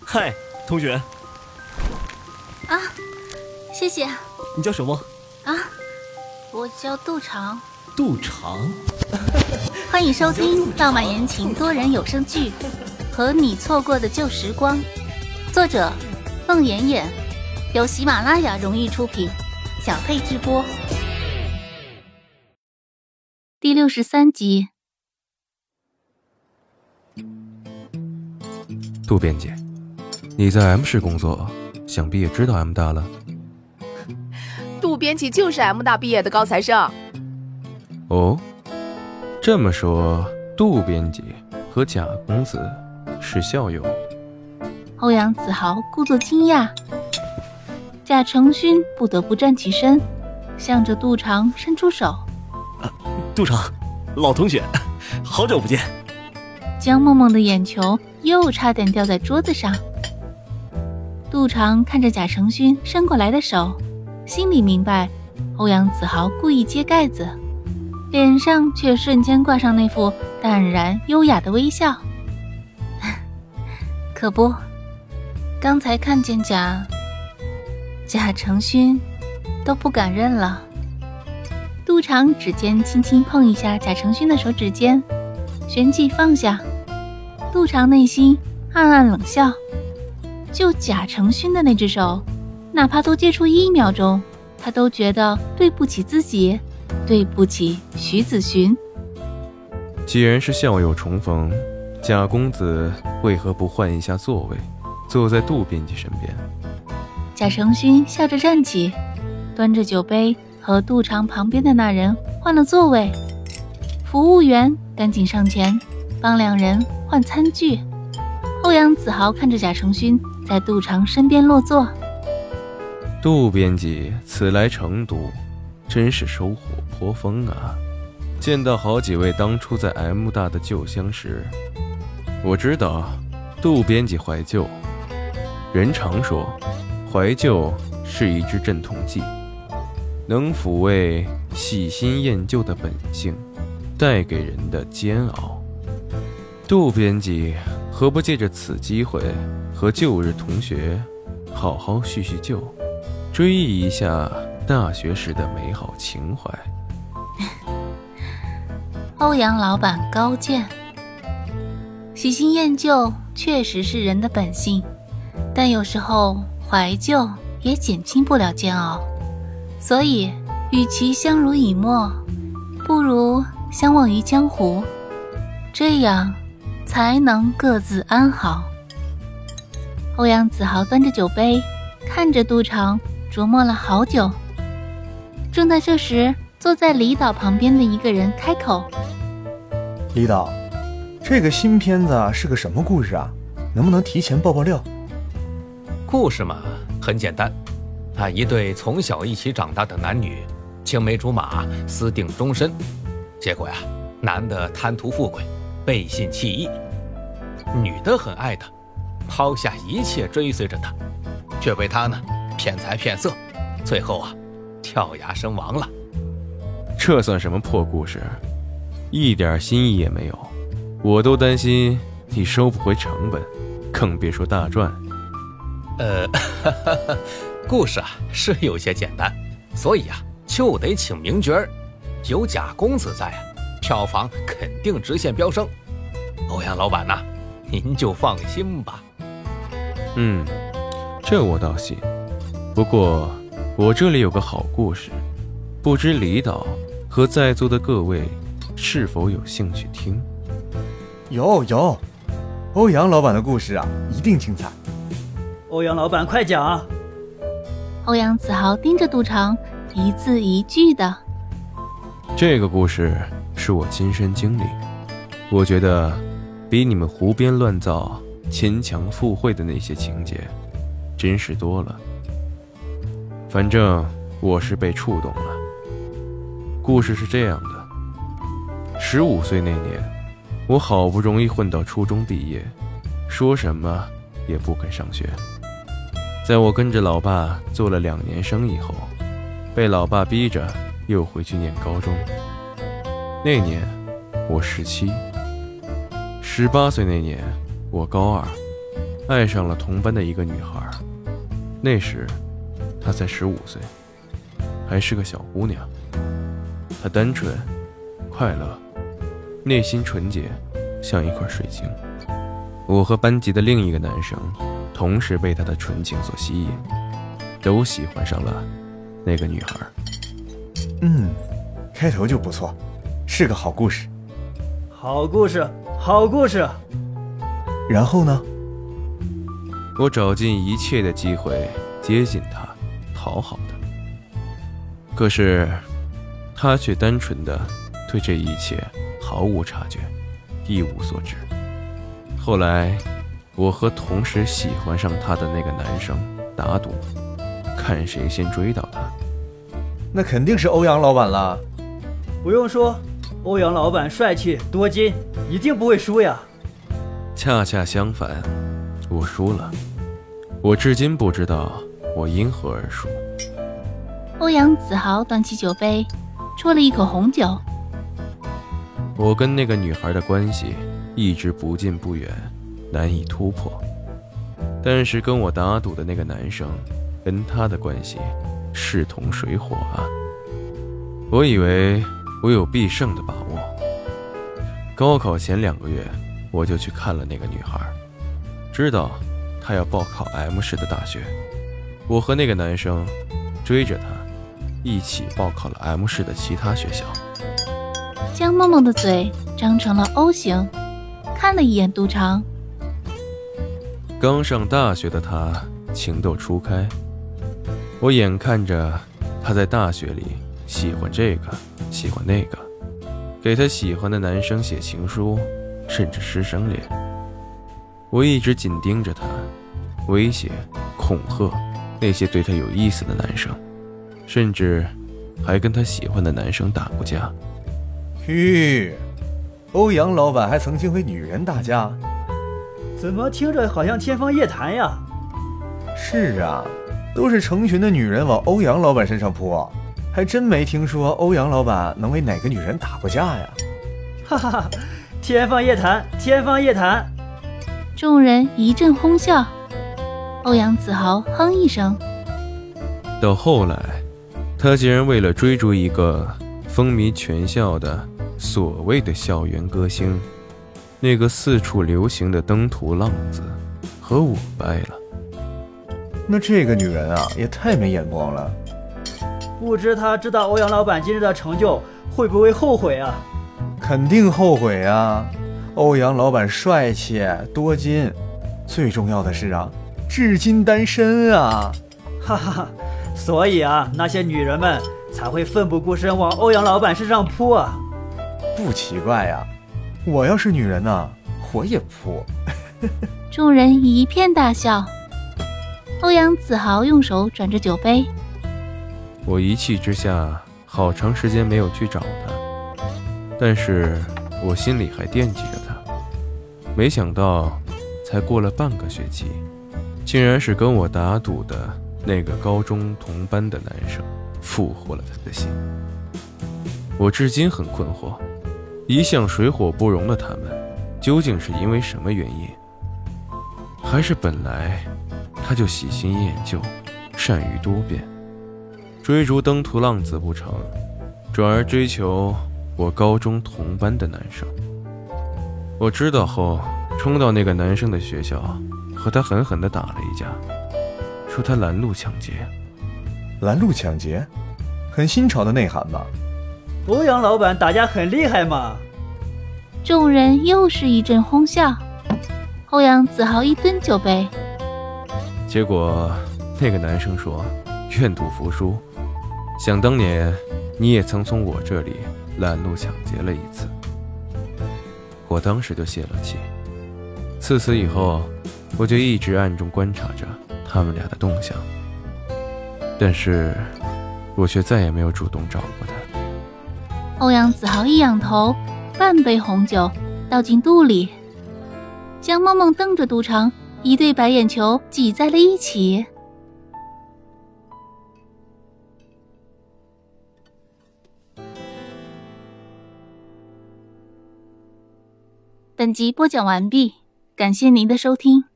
嗨，同学。 啊，谢谢。 你叫什么？ 啊，我叫杜长。 杜长。 欢迎收听浪漫言情多人有声剧《和你错过的旧时光》，作者孟妍妍，由喜马拉雅荣誉出品，小佩制播。第63集。 杜编辑，你在 M 市工作，想必也知道 M 大了。 杜编辑就是 M 大毕业的高材生。 哦，这么说，杜编辑和贾公子是校友？ 欧阳子豪故作惊讶，贾承勋不得不站起身，向着杜长伸出手。 杜长，老同学，好久不见。 江梦梦的眼球又差点掉在桌子上。杜长看着贾承勋伸过来的手，心里明白欧阳子豪故意揭盖子，脸上却瞬间挂上那副淡然优雅的微笑。可不，刚才看见贾承勋都不敢认了。杜长指尖轻轻碰一下贾承勋的手指尖，旋即放下。杜长内心暗暗冷笑，就贾承勋的那只手，哪怕多接触1秒钟，他都觉得对不起自己，对不起徐子寻。 既然是校友重逢，贾公子为何不换一下座位，坐在杜编辑身边？ 贾承勋笑着站起，端着酒杯和杜长旁边的那人换了座位。服务员赶紧上前帮两人换餐具。欧阳子豪看着贾承勋在杜长身边落座。 杜编辑此来成都，真是收获颇丰啊！见到好几位当初在 M 大的旧相识。我知道杜编辑怀旧，人常说怀旧是一支镇痛剂，能抚慰喜新厌旧的本性带给人的煎熬。杜编辑何不借着此机会和旧日同学好好叙叙旧，追忆一下大学时的美好情怀？ 欧阳老板高见。喜新厌旧确实是人的本性，但有时候怀旧也减轻不了煎熬，所以与其相濡以沫，不如相忘于江湖，这样才能各自安好。欧阳子豪端着酒杯，看着杜长琢磨了好久。正在这时，坐在李导旁边的一个人开口： 李导，这个新片子是个什么故事啊？能不能提前爆料？ 故事嘛，很简单，一对从小一起长大的男女，青梅竹马，私定终身。结果呀，男的贪图富贵，背信弃义，女的很爱他，抛下一切追随着他，却被他呢骗财骗色，最后跳崖身亡了。 这算什么破故事？一点新意也没有，我都担心你收不回成本，更别说大赚。 故事是有些简单，所以就得请名角儿，有贾公子在票房肯定直线飙升。欧阳老板呐，您就放心吧。 这我倒信。不过我这里有个好故事，不知李导和在座的各位是否有兴趣听？ 有，欧阳老板的故事一定精彩。 欧阳老板快讲。 欧阳子豪盯着杜长，一字一句的。 这个故事是我亲身经历，我觉得比你们胡编乱造、牵强附会的那些情节真实多了。反正我是被触动了。故事是这样的，15岁那年，我好不容易混到初中毕业，说什么也不肯上学。在我跟着老爸做了2年生以后，被老爸逼着又回去念高中。那年我17，18岁那年我高2， 爱上了同班的一个女孩。那时她才15岁，还是个小姑娘。她单纯、快乐，内心纯洁，像一块水晶。我和班级的另一个男生同时被她的纯情所吸引，都喜欢上了那个女孩。 开头就不错，是个好故事。 好故事，好故事。 然后呢？ 我找尽一切的机会接近她，讨好她，可是她却单纯的对这一切毫无察觉，一无所知。后来我和同时喜欢上她的那个男生打赌，看谁先追到她。 那肯定是欧阳老板了。 不用说，欧阳老板帅气多金，一定不会输呀。 恰恰相反，我输了。我至今不知道我因何而输。 欧阳子豪端起酒杯，啜了一口红酒。 我跟那个女孩的关系一直不近不远，难以突破。但是跟我打赌的那个男生，跟他的关系势同水火啊！我以为我有必胜的把握。高考前2个月，我就去看了那个女孩，知道她要报考 M 市的大学。我和那个男生追着她，一起报考了 M 市的其他学校。 江梦梦的嘴张成了 O 型，看了一眼杜长。 刚上大学的她情窦初开，我眼看着她在大学里喜欢这个喜欢那个，给她喜欢的男生写情书，甚至师生恋。我一直紧盯着她，威胁恐吓那些对她有意思的男生，甚至还跟她喜欢的男生打过架。 欧阳老板还曾经为女人打架？ 怎么听着好像天方夜谭呀？ 是啊，都是成群的女人往欧阳老板身上扑，还真没听说欧阳老板能为哪个女人打过架呀。 哈哈哈，天方夜谭，天方夜谭。 众人一阵哄笑。欧阳子豪哼一声。 到后来，他竟然为了追逐一个风靡全校的所谓的校园歌星，那个四处流行的登徒浪子，和我掰了。 那这个女人啊，也太没眼光了。 不知她知道欧阳老板今日的成就，会不会后悔啊？ 肯定后悔啊！欧阳老板帅气多金，最重要的是啊，至今单身啊！ 哈哈哈，所以啊，那些女人们才会奋不顾身往欧阳老板身上扑啊！ 不奇怪呀，我要是女人呢，我也扑。 众人一片大笑。欧阳子豪用手转着酒杯。 我一气之下，好长时间没有去找他，但是我心里还惦记着他。没想到，才过了半个学期，竟然是跟我打赌的那个高中同班的男生俘获了他的心。我至今很困惑，一向水火不容的他们，究竟是因为什么原因？还是本来他就喜新厌旧，善于多变，追逐登徒浪子不成，转而追求我高中同班的男生。我知道后，冲到那个男生的学校，和他狠狠地打了一架，说他拦路抢劫。 拦路抢劫，很新潮的内涵吧？ 欧阳老板打架很厉害嘛。 众人又是一阵哄笑。欧阳子豪一蹲酒杯。 结果那个男生说，愿赌服输，想当年你也曾从我这里拦路抢劫了一次。我当时就泄了气。自此以后，我就一直暗中观察着他们俩的动向，但是我却再也没有主动找过他。 欧阳子豪一仰头，半杯红酒倒进肚里。江梦梦瞪着赌场，一对白眼球挤在了一起。本集播讲完毕，感谢您的收听。